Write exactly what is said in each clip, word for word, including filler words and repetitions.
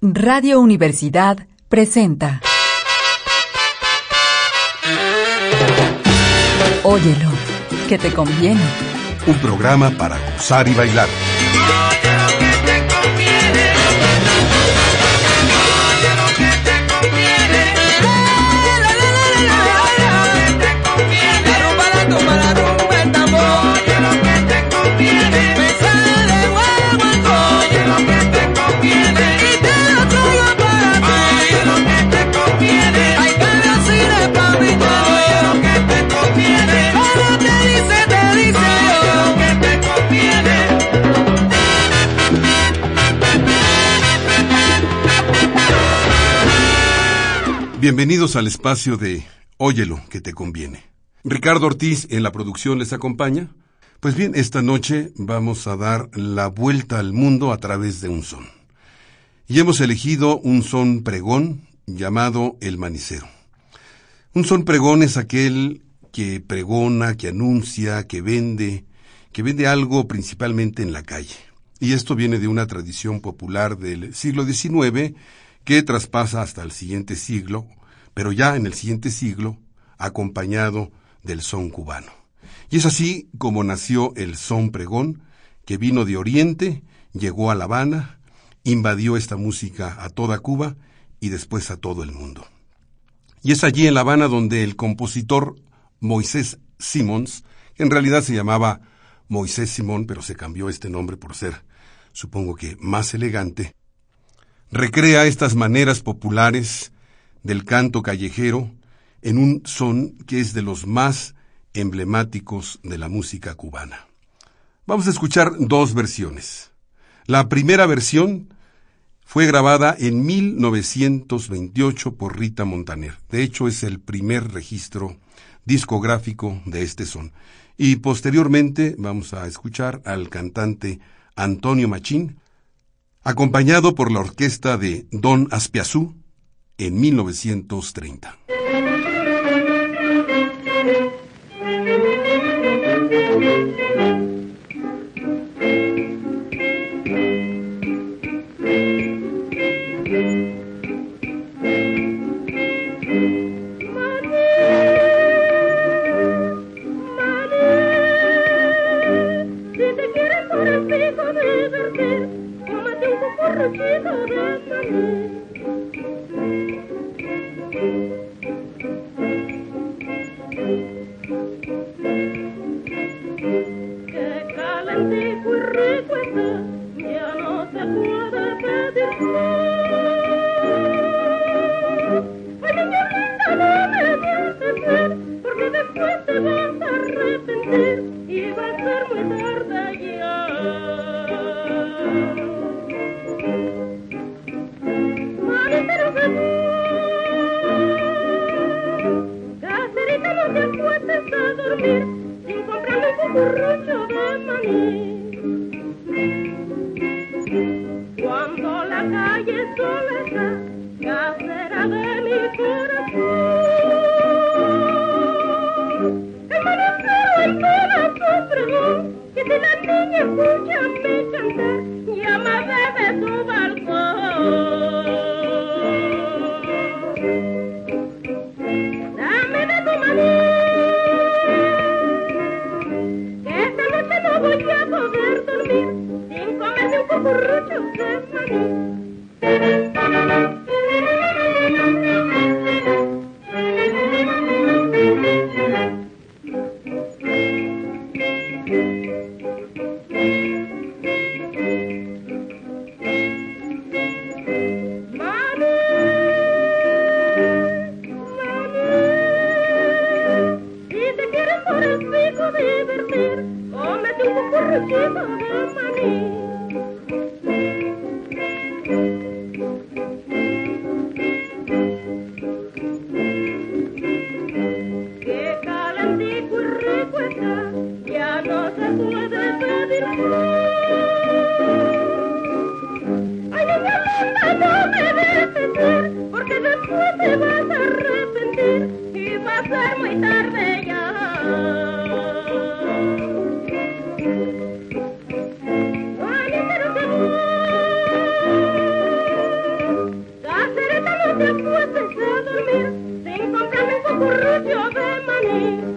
Radio Universidad presenta Óyelo, que te conviene. Un programa para gozar y bailar. Bienvenidos al espacio de Óyelo, que te conviene. Ricardo Ortiz en la producción les acompaña. Pues bien, esta noche vamos a dar la vuelta al mundo a través de un son. Y hemos elegido un son pregón llamado el manicero. Un son pregón es aquel que pregona, que anuncia, que vende, que vende algo principalmente en la calle. Y esto viene de una tradición popular del siglo diecinueve que traspasa hasta el siguiente siglo, pero ya en el siguiente siglo, acompañado del son cubano. Y es así como nació el son pregón, que vino de Oriente, llegó a La Habana, invadió esta música a toda Cuba y después a todo el mundo. Y es allí en La Habana donde el compositor Moisés Simons, que en realidad se llamaba Moisés Simón, pero se cambió este nombre por ser, supongo que, más elegante, recrea estas maneras populares del canto callejero en un son que es de los más emblemáticos de la música cubana. Vamos a escuchar dos versiones. La primera versión fue grabada en mil novecientos veintiocho por Rita Montaner. De hecho, es el primer registro discográfico de este son. Y posteriormente vamos a escuchar al cantante Antonio Machín, acompañado por la orquesta de Don Aspiazú en mil novecientos treinta. Cuando la calle sola está, casera de mi corazón, el manicero el corazón pregón, que si la niña escucha mi cantar, llama desde su balcón. Dame de tu maní, que esta noche no voy a poder dormir sin comerme un cucurucho de maní. te acuestes a dormir sin comprarme un cucurrucho de maní.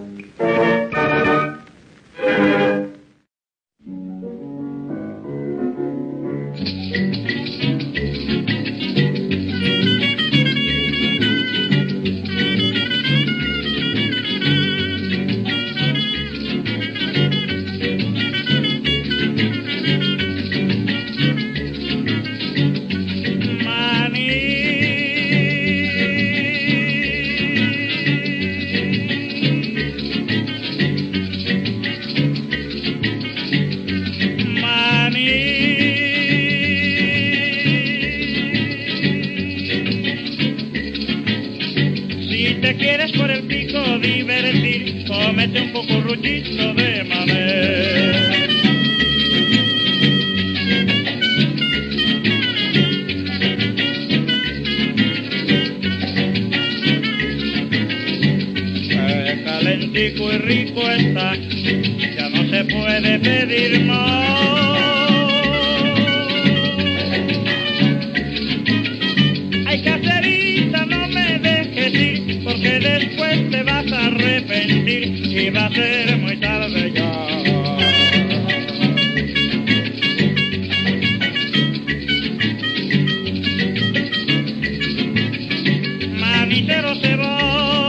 Cómete un cucurruchito de maní. Qué calentico y rico está, ya no se puede pedir más. Ay, caserita, no me dejes ir, porque después te vas a arrepentir y va a ser muy tarde ya. Manicero se va,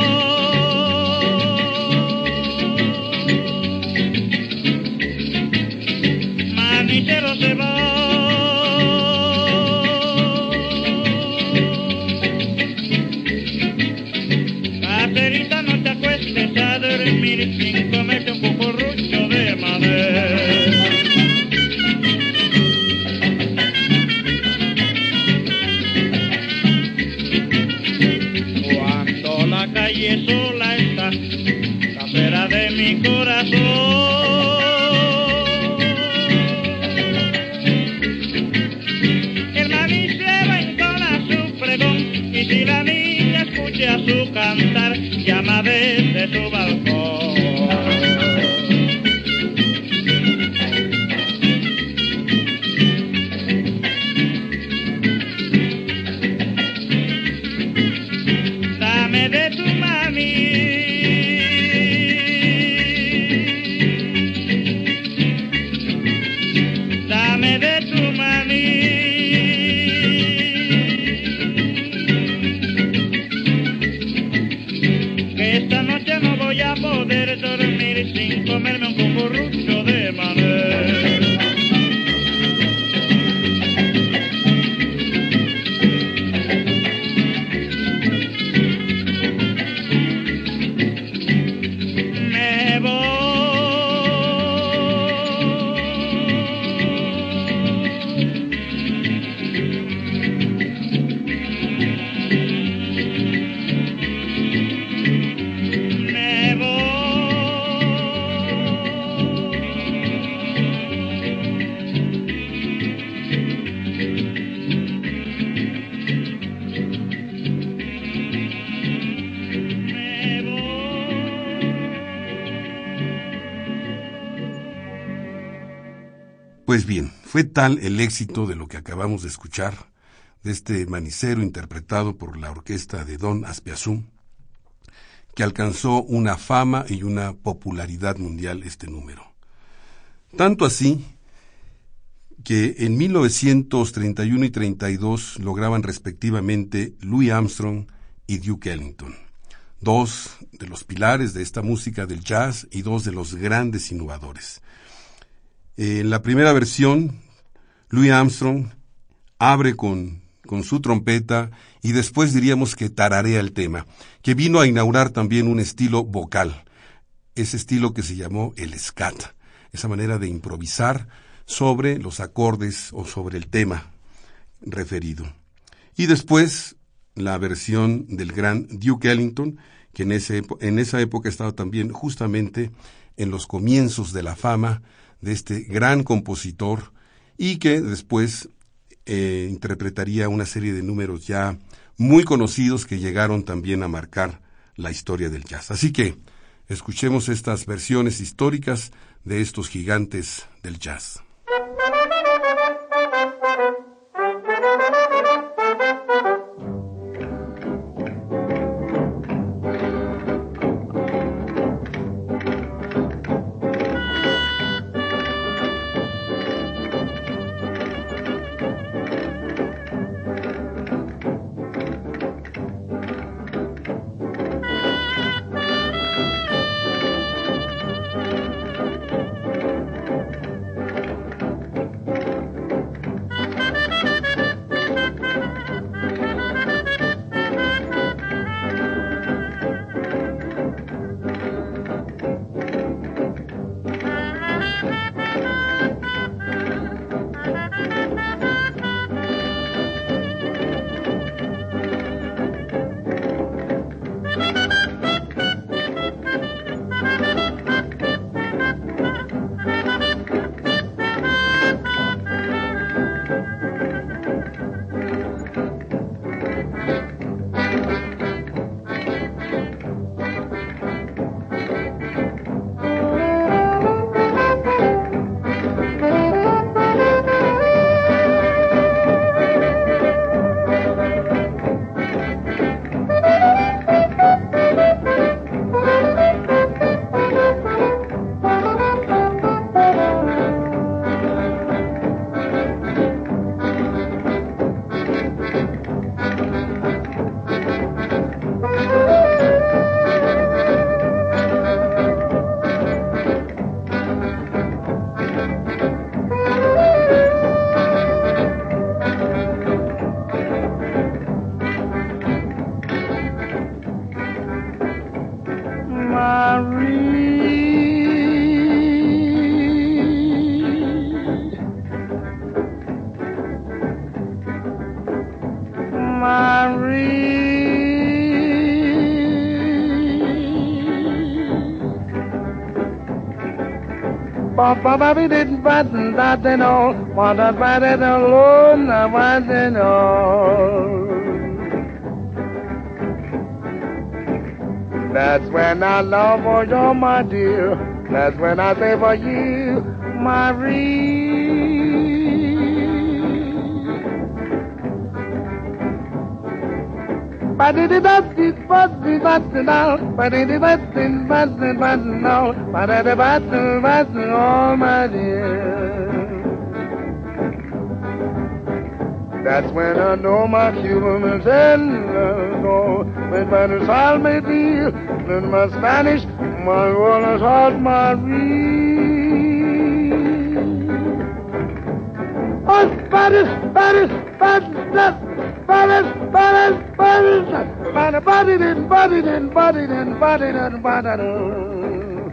manicero se va. Caserita, no te acuestes a dormir sin comerte un cucurrucho de maní. Cuando la calle sola está, casera de mi corazón, el manicero entona su pregón, y si la niña escucha su cantar, llama desde su balcón. Dame de tu maní, dame de tu maní. Que esta noche no voy a poder dormir sin comerme un cucurrucho de maní. Me voy. Me voy. Me voy. Pues bien, fue tal el éxito de lo que acabamos de escuchar, de este manicero interpretado por la orquesta de Don Azpiazú, que alcanzó una fama y una popularidad mundial este número. Tanto así que en mil novecientos treinta y uno y treinta y dos lograban respectivamente Louis Armstrong y Duke Ellington, dos de los pilares de esta música del jazz y dos de los grandes innovadores. En la primera versión, Louis Armstrong abre con, con su trompeta y después diríamos que tararea el tema, que vino a inaugurar también un estilo vocal, ese estilo que se llamó el scat, esa manera de improvisar sobre los acordes o sobre el tema referido. Y después la versión del gran Duke Ellington, que en, ese, en esa época estaba también justamente en los comienzos de la fama de este gran compositor y que después eh, interpretaría una serie de números ya muy conocidos que llegaron también a marcar la historia del jazz. Así que escuchemos estas versiones históricas de estos gigantes del jazz. Marie. Papa, baby, didn't button that and all. Want to find it alone, I want it all. That's when I love for you, my dear. That's when I say for you, Marie. But it is not this button, button out. But it is button, button, button out. But it is button, button, oh, my dear. That's when I know my Cuban is in love. When my Salmity, then my Spanish, my Buenos Aires, Marie. Oh, Spanish, Spanish, Spanish, Spanish, Spanish, Spanish, Spanish, body then, body then, body then, body then, body then.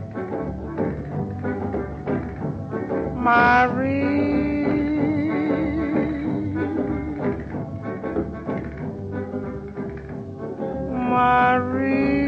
Marie. Marie.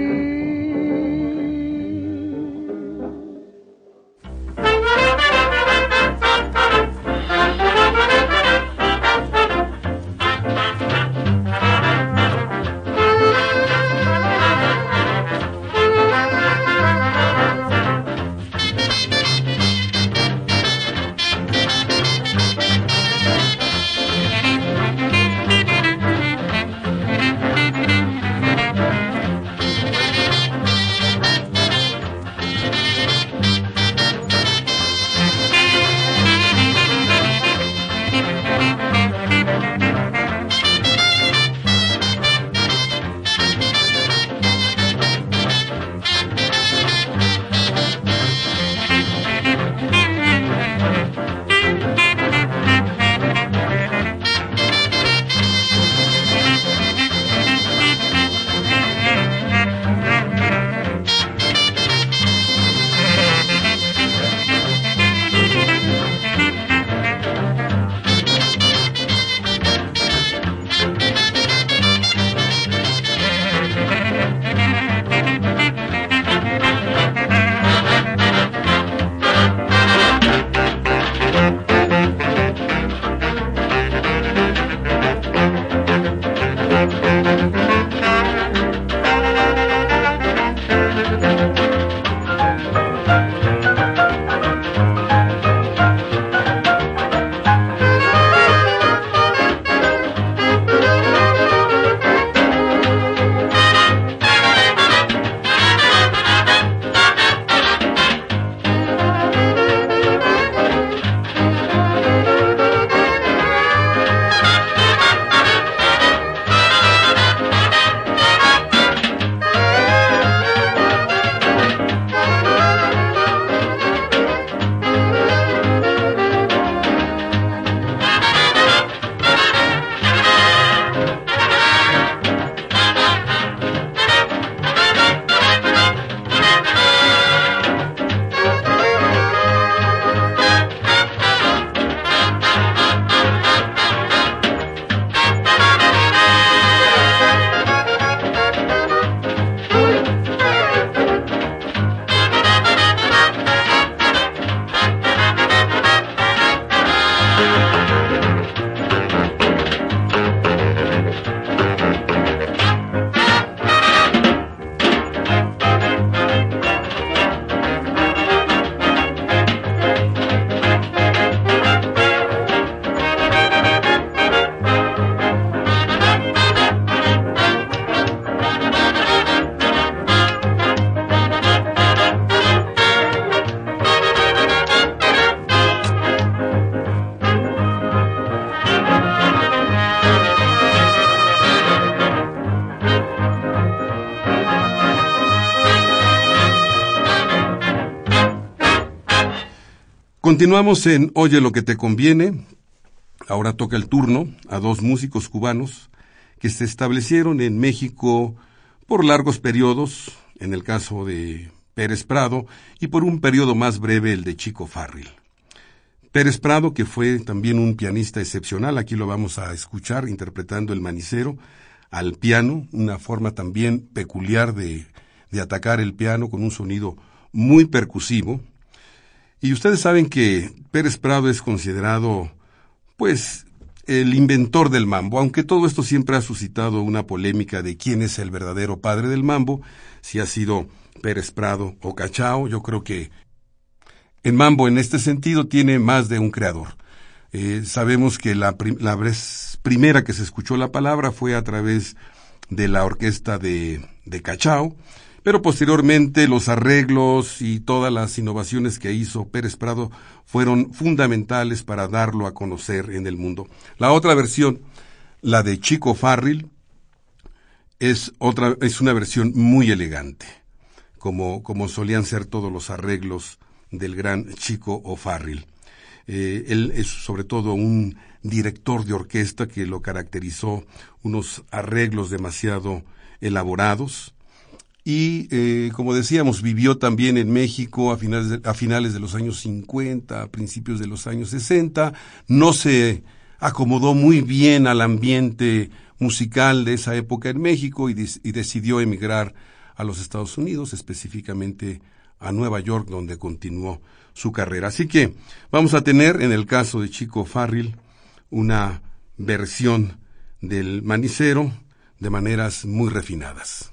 Continuamos en Oye lo que te conviene. Ahora toca el turno a dos músicos cubanos que se establecieron en México por largos periodos, en el caso de Pérez Prado, y por un periodo más breve el de Chico Farrell. Pérez Prado, que fue también un pianista excepcional, aquí lo vamos a escuchar interpretando El Manicero, al piano, una forma también peculiar de, de atacar el piano con un sonido muy percusivo. Y ustedes saben que Pérez Prado es considerado, pues, el inventor del mambo, aunque todo esto siempre ha suscitado una polémica de quién es el verdadero padre del mambo, si ha sido Pérez Prado o Cachao. Yo creo que el mambo en este sentido tiene más de un creador. Eh, sabemos que la, prim- la vez primera que se escuchó la palabra fue a través de la orquesta de, de Cachao, pero posteriormente los arreglos y todas las innovaciones que hizo Pérez Prado fueron fundamentales para darlo a conocer en el mundo. La otra versión, la de Chico Farril, es otra, es una versión muy elegante, como, como solían ser todos los arreglos del gran Chico O'Farrill. Eh, él es sobre todo un director de orquesta que lo caracterizó unos arreglos demasiado elaborados. Y, eh, como decíamos, vivió también en México a finales, de, a finales de los años cincuenta, a principios de los años sesenta. No se acomodó muy bien al ambiente musical de esa época en México y, de, y decidió emigrar a los Estados Unidos, específicamente a Nueva York, donde continuó su carrera. Así que vamos a tener, en el caso de Chico Farril, una versión del manicero de maneras muy refinadas.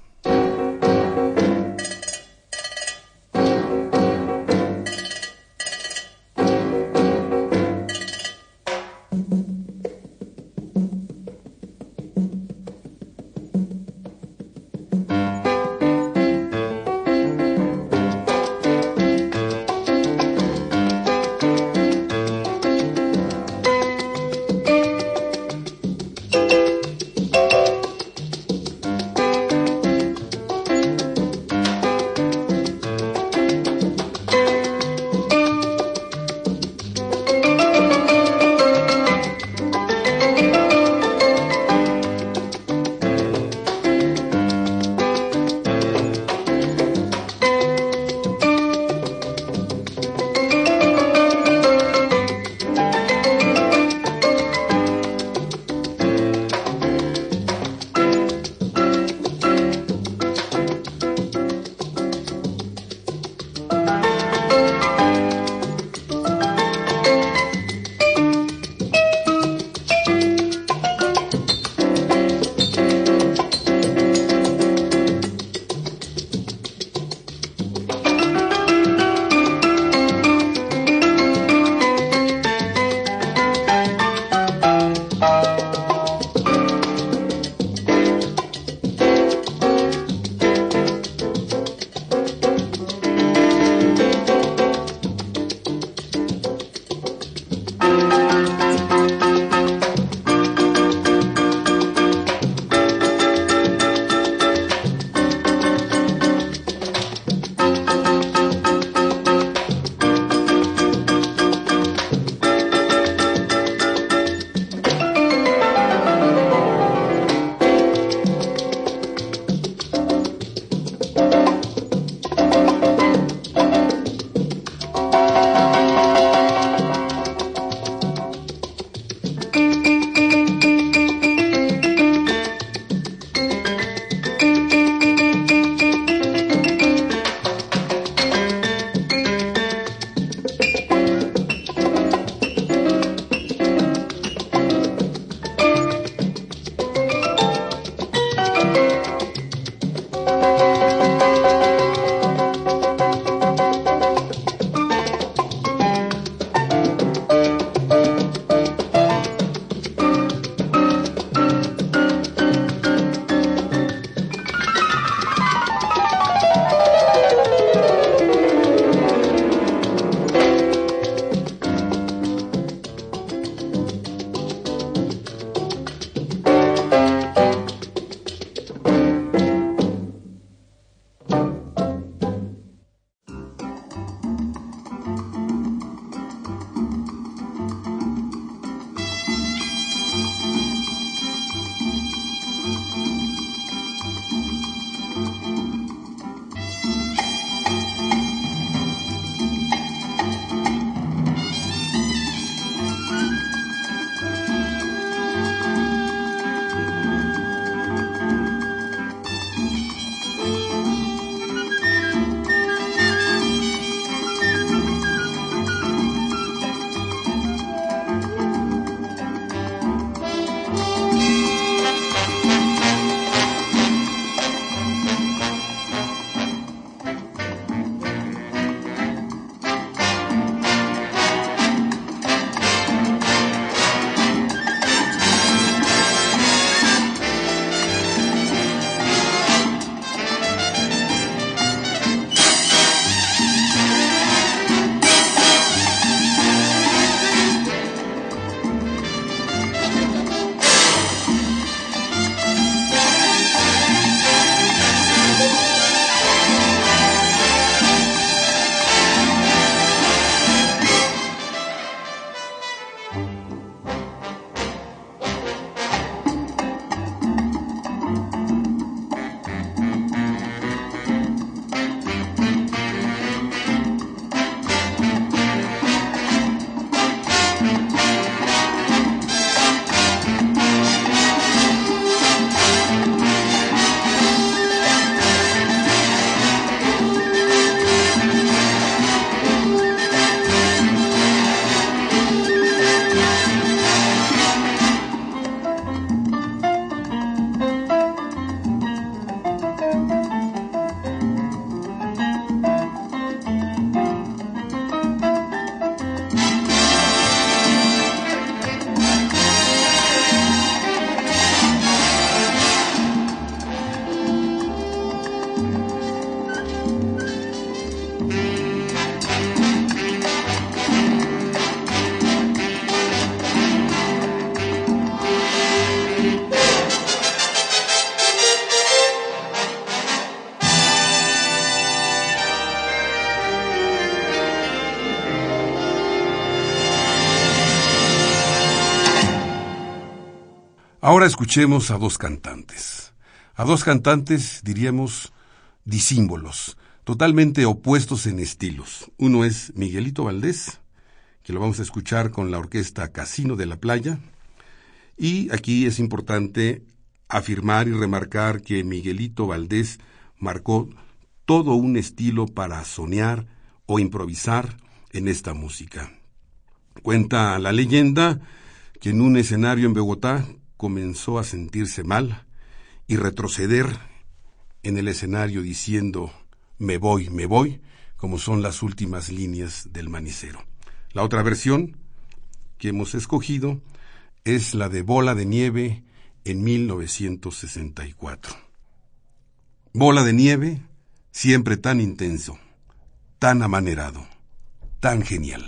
Ahora escuchemos a dos cantantes. A dos cantantes, diríamos, disímbolos, totalmente opuestos en estilos. Uno es Miguelito Valdés, que lo vamos a escuchar con la orquesta Casino de la Playa. Y aquí es importante afirmar y remarcar que Miguelito Valdés marcó todo un estilo para soñar o improvisar en esta música. Cuenta la leyenda que en un escenario en Bogotá comenzó a sentirse mal y retroceder en el escenario diciendo «me voy, me voy», como son las últimas líneas del Manicero. La otra versión que hemos escogido es la de Bola de Nieve en mil novecientos sesenta y cuatro. Bola de nieve, siempre tan intenso, tan amanerado, tan genial.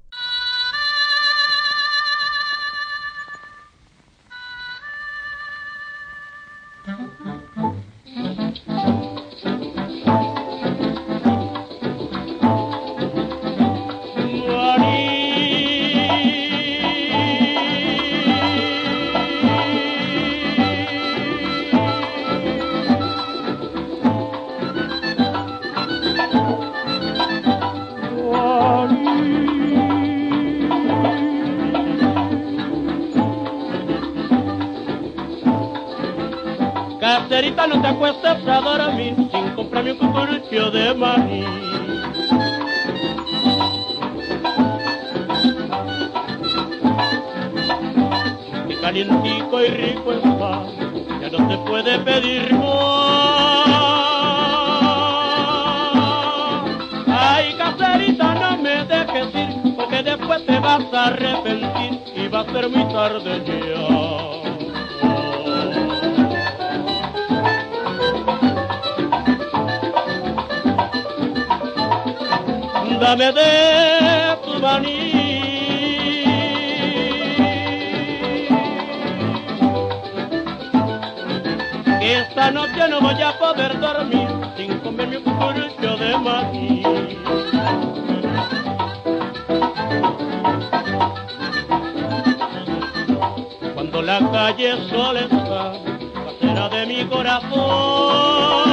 Caserita, no te acuestes a dormir sin comprarme un cucurucho de maní. Que calientico y rico está, ya no te puede pedir más. Ay, caserita, no me dejes ir, porque después te vas a arrepentir y va a ser muy tarde ya. Dame de tu maní, que esta noche no voy a poder dormir sin comerme un cucurucho de maní. Cuando la calle sola está, casera de mi corazón,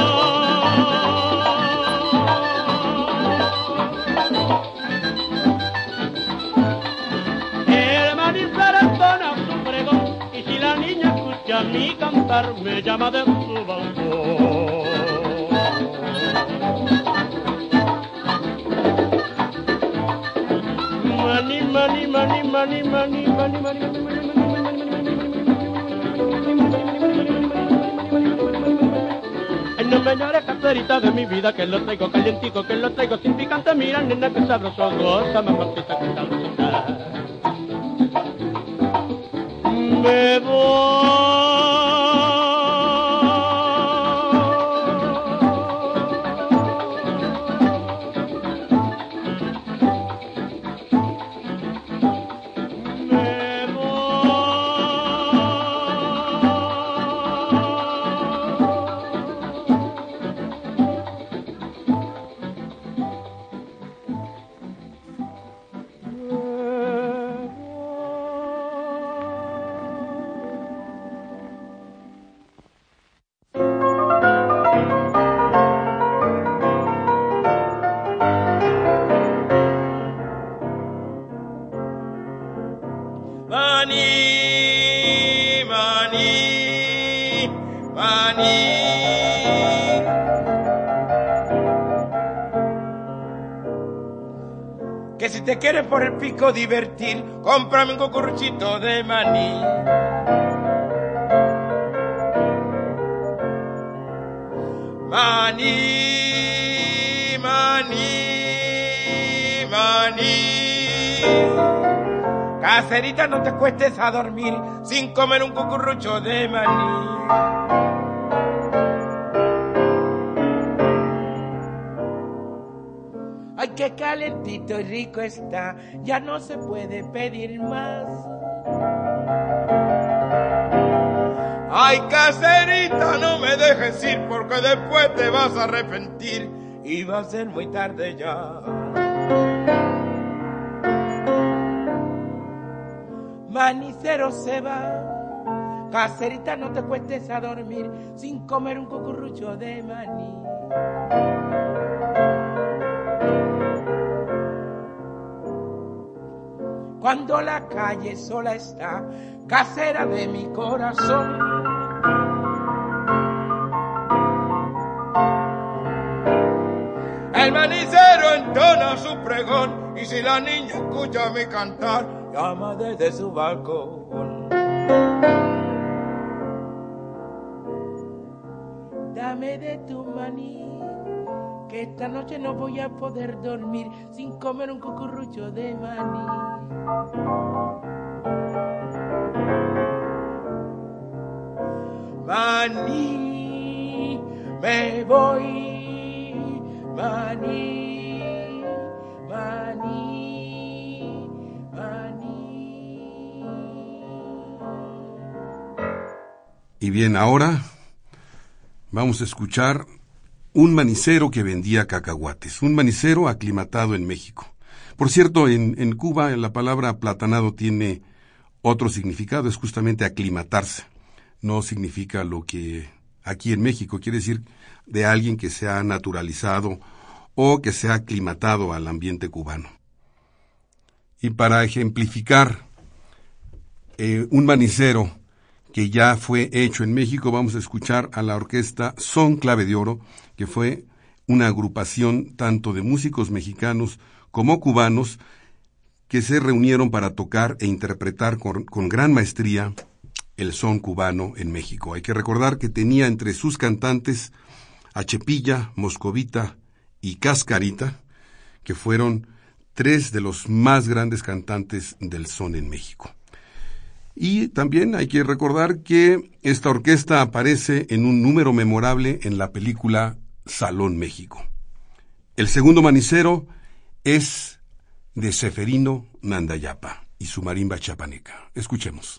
a mi cantar me llama de su balcón. Mani, mani, mani, mani, mani, mani, mani, ay, no me llores, caserita de mi vida, que lo traigo calientico, que lo traigo sin picante. Mira, nena, que sabroso, goza, mamacita, que sabrosita. Me voy. Que si te quieres por el pico divertir, cómprame un cucuruchito de maní. Maní, maní, maní. Caserita, no te cuestes a dormir sin comer un cucurucho de maní. Ay, qué calentito y rico está, ya no se puede pedir más. Ay, caserita, no me dejes ir, porque después te vas a arrepentir y va a ser muy tarde ya. Manicero se va, Caserita, no te cuestes a dormir sin comer un cucurrucho de maní. Cuando la calle sola está, casera de mi corazón, el manicero entona su pregón, y si la niña escucha mi cantar, llama desde su balcón. Dame de tu maní, que esta noche no voy a poder dormir sin comer un cucurrucho de maní. Maní, me voy, maní, maní, maní. Y bien, ahora vamos a escuchar un manicero que vendía cacahuates, un manicero aclimatado en México. Por cierto, en, en Cuba la palabra platanado tiene otro significado, es justamente aclimatarse. No significa lo que aquí en México, quiere decir de alguien que se ha naturalizado o que se ha aclimatado al ambiente cubano. Y para ejemplificar eh, un manicero que ya fue hecho en México, vamos a escuchar a la orquesta Son Clave de Oro, que fue una agrupación tanto de músicos mexicanos como cubanos que se reunieron para tocar e interpretar con, con gran maestría el son cubano en México. Hay que recordar que tenía entre sus cantantes a Chepilla, Moscovita y Cascarita, que fueron tres de los más grandes cantantes del son en México. Y también hay que recordar que esta orquesta aparece en un número memorable en la película Salón México. El segundo manicero es de Seferino Nandayapa y su marimba chapaneca. Escuchemos.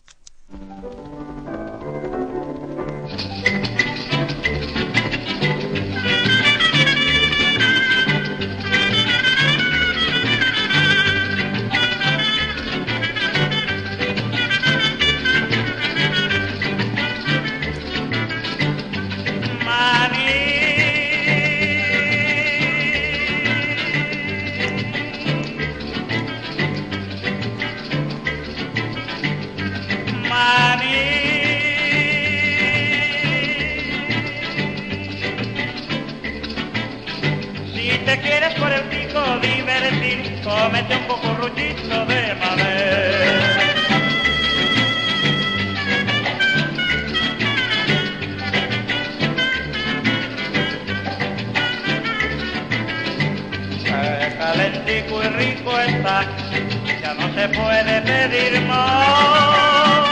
Cómete un poco ruchito de madera. Qué calentico y rico está, ya no se puede pedir más.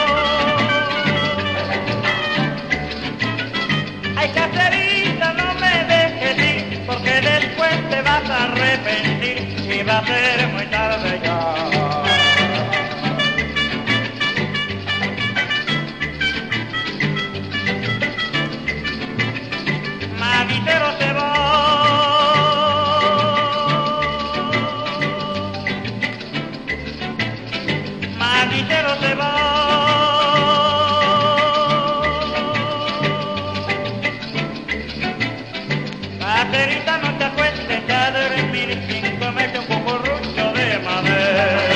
Ay, Caserita, no me dejes ir, porque después te vas a arrepentir. Y va a ser muy tarde ya. Manicero se va. Manicero se va. Caserita, no te acuestes a dormir sin comerte un cucurrucho de madera.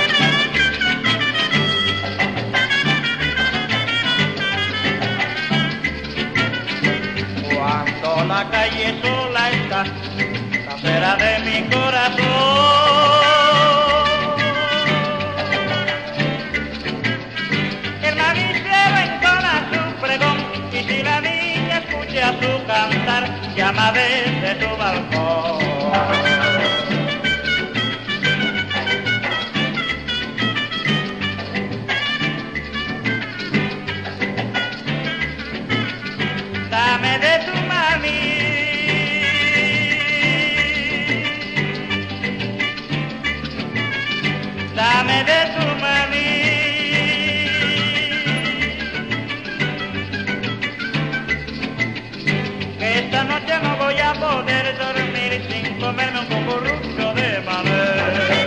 Cuando la calle sola está, casera de mi corazón, el manicero entona su pregón, y si la niña escucha su cantar, llama desde tu balcón. Dame de tu mami, dame de tu mami, que esta noche no voy a poder dormir sin comerme un cucurrucho de madera.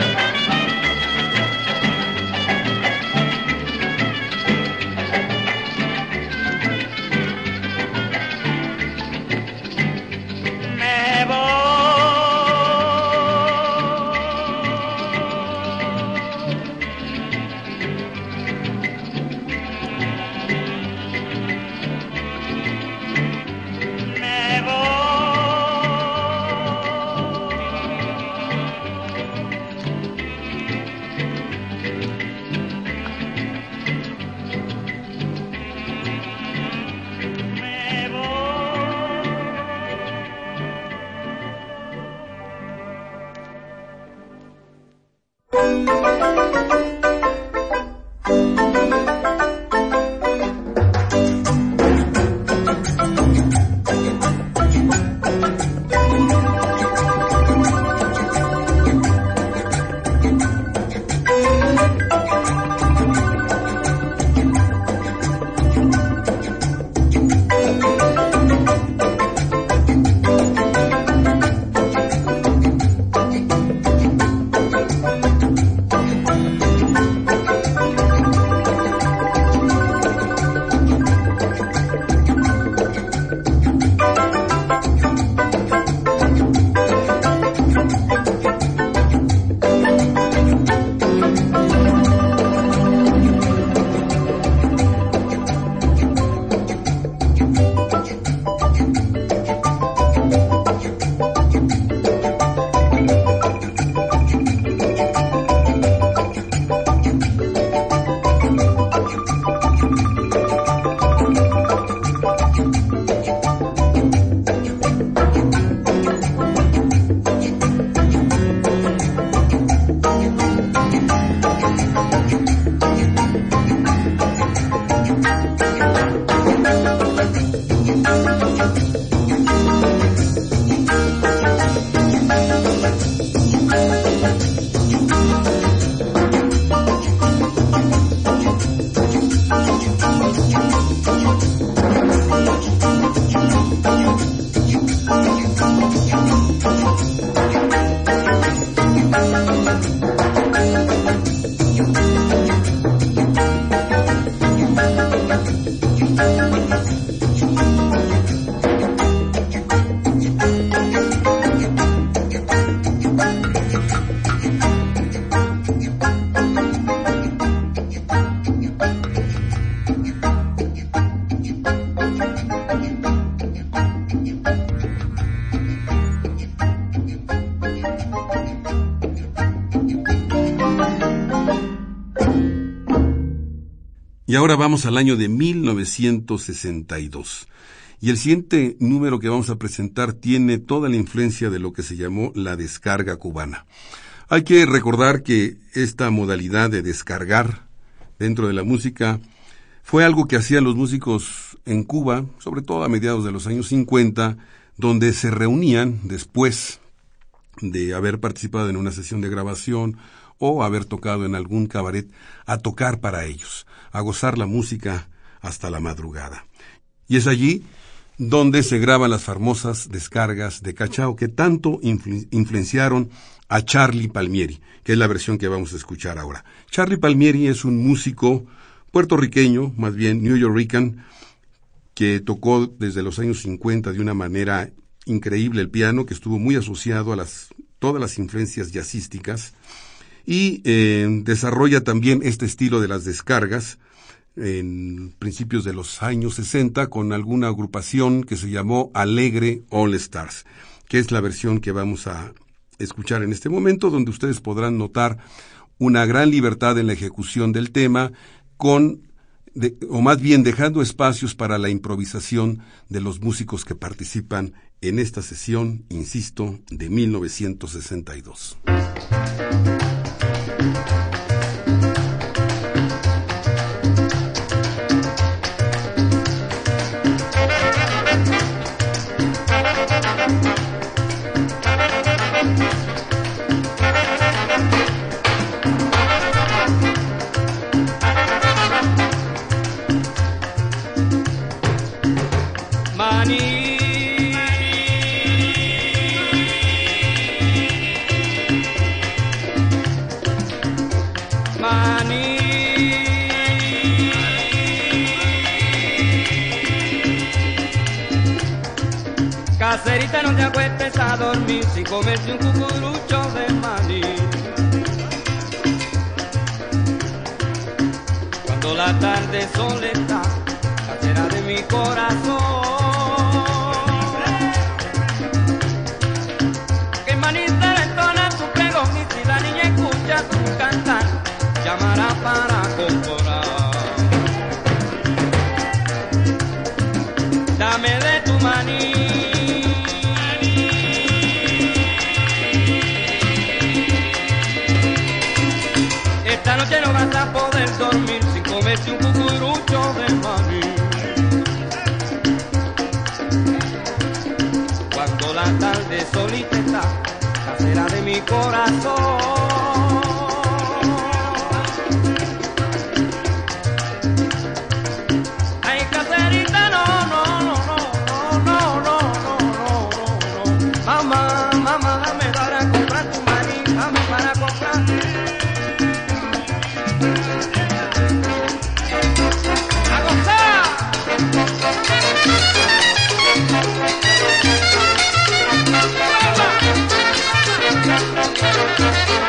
Y ahora vamos al año de mil novecientos sesenta y dos. Y el siguiente número que vamos a presentar tiene toda la influencia de lo que se llamó la descarga cubana. Hay que recordar que esta modalidad de descargar dentro de la música fue algo que hacían los músicos en Cuba, sobre todo a mediados de los años cincuenta, donde se reunían después de haber participado en una sesión de grabación o haber tocado en algún cabaret, a tocar para ellos, a gozar la música hasta la madrugada. Y es allí donde se graban las famosas descargas de Cachao que tanto influ- influenciaron a Charlie Palmieri, que es la versión que vamos a escuchar ahora. Charlie Palmieri es un músico puertorriqueño, más bien newyorrican, que tocó desde los años cincuenta de una manera increíble el piano, que estuvo muy asociado a las todas las influencias jazzísticas, y eh, desarrolla también este estilo de las descargas en principios de los años sesenta con alguna agrupación que se llamó Alegre All Stars, que es la versión que vamos a escuchar en este momento, donde ustedes podrán notar una gran libertad en la ejecución del tema, con de, o más bien dejando espacios para la improvisación de los músicos que participan en esta sesión, insisto, de mil novecientos sesenta y dos. Caserita, no te acuestes a dormir sin comerte un cucurucho de maní. Cuando la tarde soledad casera de mi corazón, que maní se le entona tu pregón y si la niña escucha tu cantar, llamará para comprar. Dame de tu maní. Esta noche no vas a poder dormir sin comerte un cucurucho de maní. Cuando la tarde solita está, casera de mi corazón. Ay, caserita, no, no, no, no, no, no, no, no, no, no. Mamá, mamá, dame para comprar tu maní, dame para comprar. Thank you.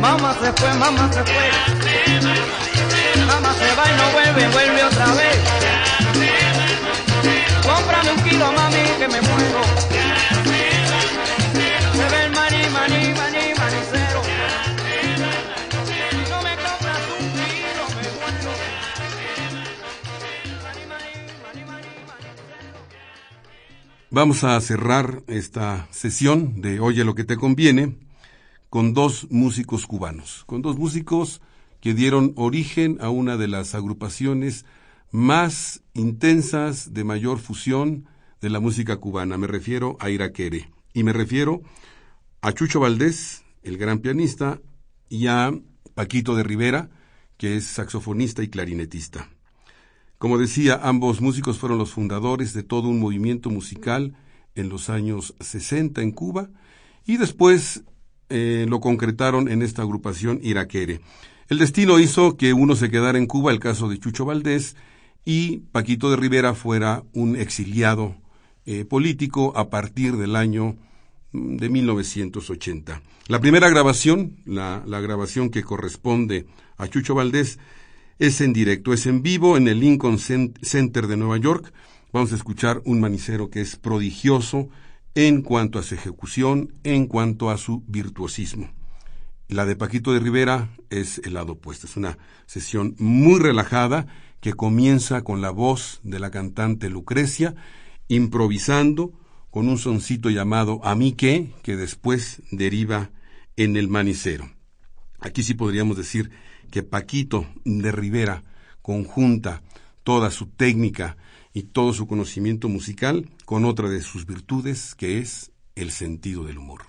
Mamá se fue, mamá se fue. Mamá se va y no vuelve, vuelve otra vez. Cómprame un kilo, mami, que me muero. Se ve el maní, maní, maní, manicero. Si no me compras un kilo, me muero. Maní, maní, maní, maní, manicero. Vamos a cerrar esta sesión de Oye lo que te conviene con dos músicos cubanos, con dos músicos que dieron origen a una de las agrupaciones más intensas, de mayor fusión de la música cubana. Me refiero a Iraquere. Y me refiero a Chucho Valdés, el gran pianista, y a Paquito de Rivera, que es saxofonista y clarinetista. Como decía, ambos músicos fueron los fundadores de todo un movimiento musical en los años sesenta en Cuba, y después eh, lo concretaron en esta agrupación Iraquere. El destino hizo que uno se quedara en Cuba, el caso de Chucho Valdés, y Paquito de Rivera fuera un exiliado eh, político a partir del año de mil novecientos ochenta. La primera grabación, la, la grabación que corresponde a Chucho Valdés, es en directo, es en vivo en el Lincoln Center de Nueva York. Vamos a escuchar un manicero que es prodigioso en cuanto a su ejecución, en cuanto a su virtuosismo. La de Paquito de Rivera es el lado opuesto, es una sesión muy relajada que comienza con la voz de la cantante Lucrecia, improvisando con un soncito llamado A mí qué, que después deriva en el manicero. Aquí sí podríamos decir que Paquito de Rivera conjunta toda su técnica y todo su conocimiento musical con otra de sus virtudes, que es el sentido del humor.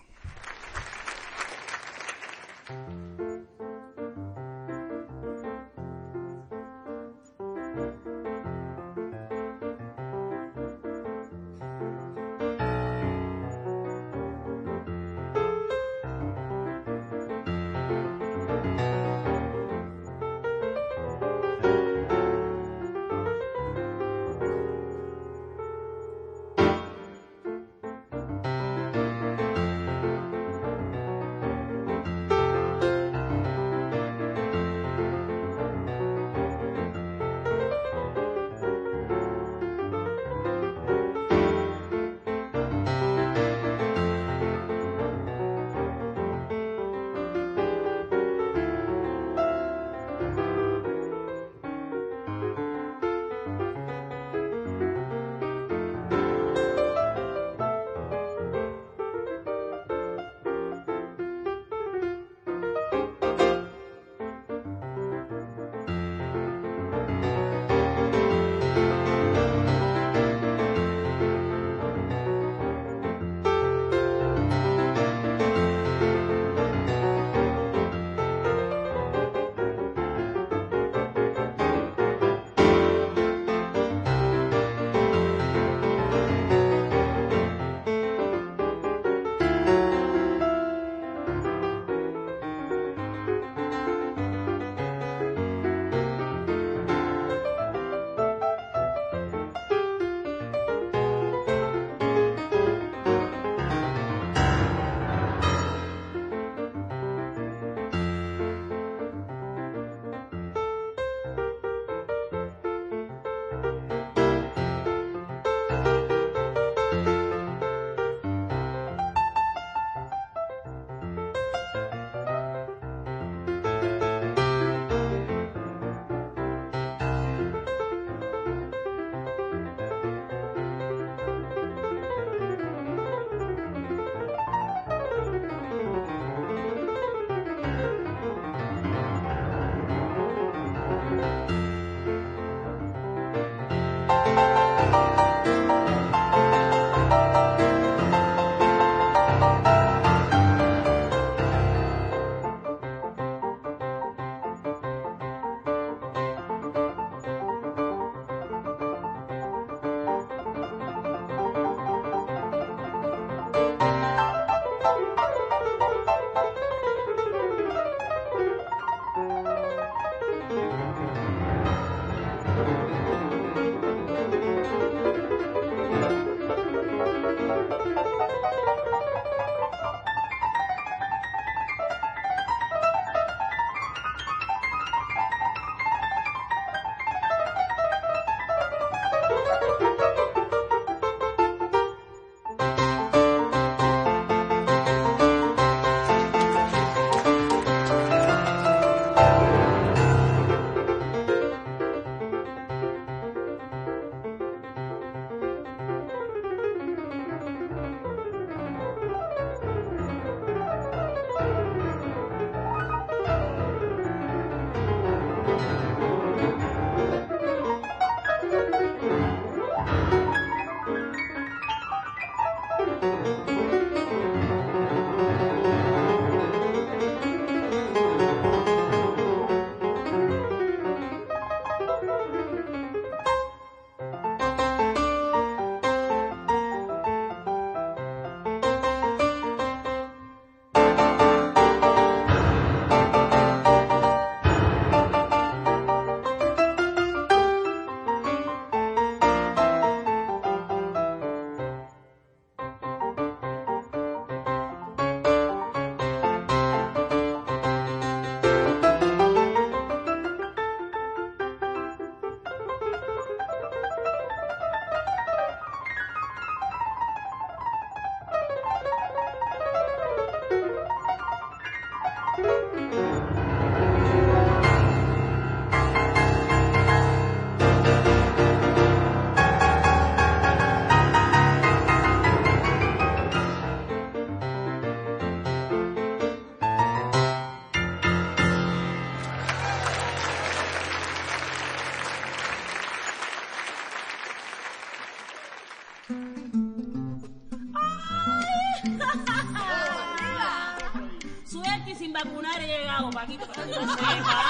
vacunar he llegado, Paquito, para que tú lo sepas.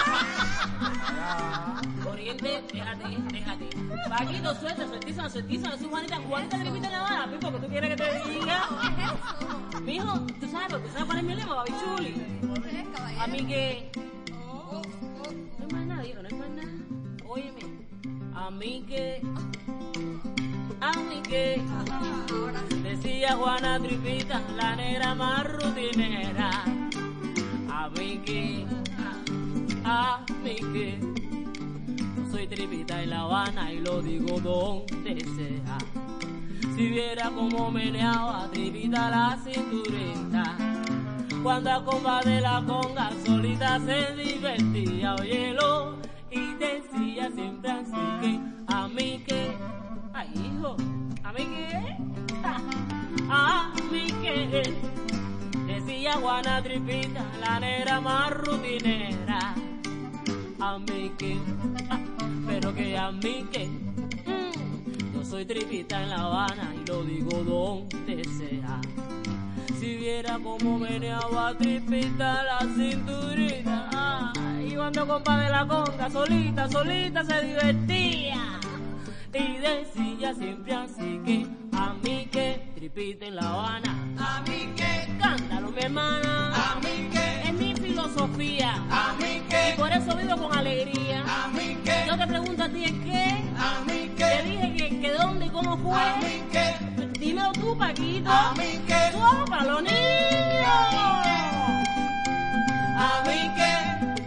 Oriente, déjate, déjate. Paquito, suelta, sueltízalo, sueltízalo. Soy Juanita, Juanita Tripita en La Habana, Pipo, que tú quieres que te diga. Mijo, tú sabes, tú sabes cuál es mi lema, babichuli. A mí que... No hay más nada, hijo, no hay más nada. Óyeme, a mí que... A mí que... Decía Juana Tripita, la negra más rutinera. A mí que... A mí que... Soy Tripita en La Habana y lo digo donde sea. Si viera cómo meneaba Tripita la cinturita, cuando a comba de la conga solita se divertía, óyelo, y decía siempre así que, a mí que, ay hijo, a mí que, a mí que, decía Juana Tripita, la negra más rutinera, a mí que, ah, pero que a mí que, mm, yo soy Tripita en La Habana y lo digo donde sea. Si viera cómo meneaba Tripita la cinturita, ah, y cuando compa de la conga solita, solita se divertía, y decía siempre así que, a mí que, Tripita en La Habana, a mí que, cántalo mi hermana, a mí que, es mi filosofía, a mí que, y por eso vivo con alegría, a mí que, yo te pregunto a ti en qué, a mí que, te dije que, que dónde y cómo fue, a mí que, dímelo tú, Paquito, a mí que, suave para los niños, a mí que.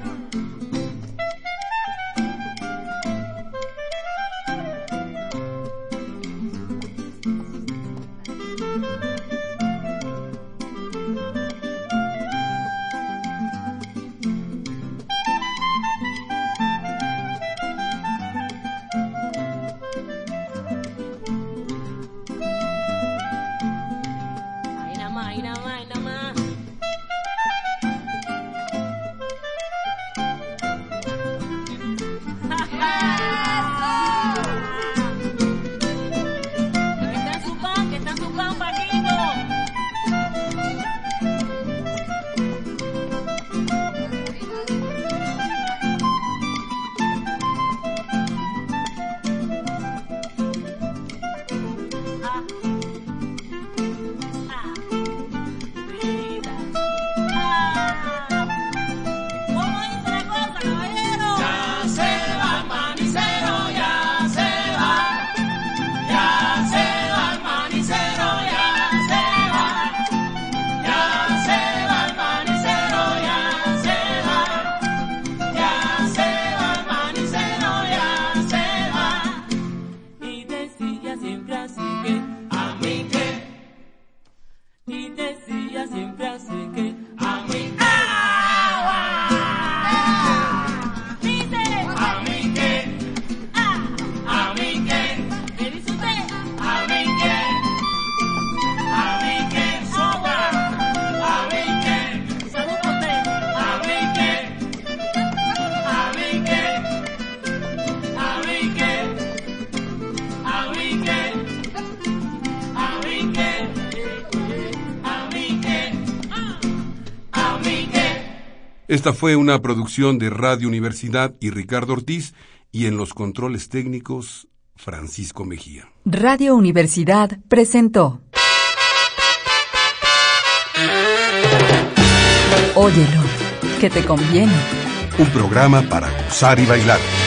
Esta fue una producción de Radio Universidad y Ricardo Ortiz, y en los controles técnicos, Francisco Mejía. Radio Universidad presentó Óyelo, que te conviene. Un programa para gozar y bailar.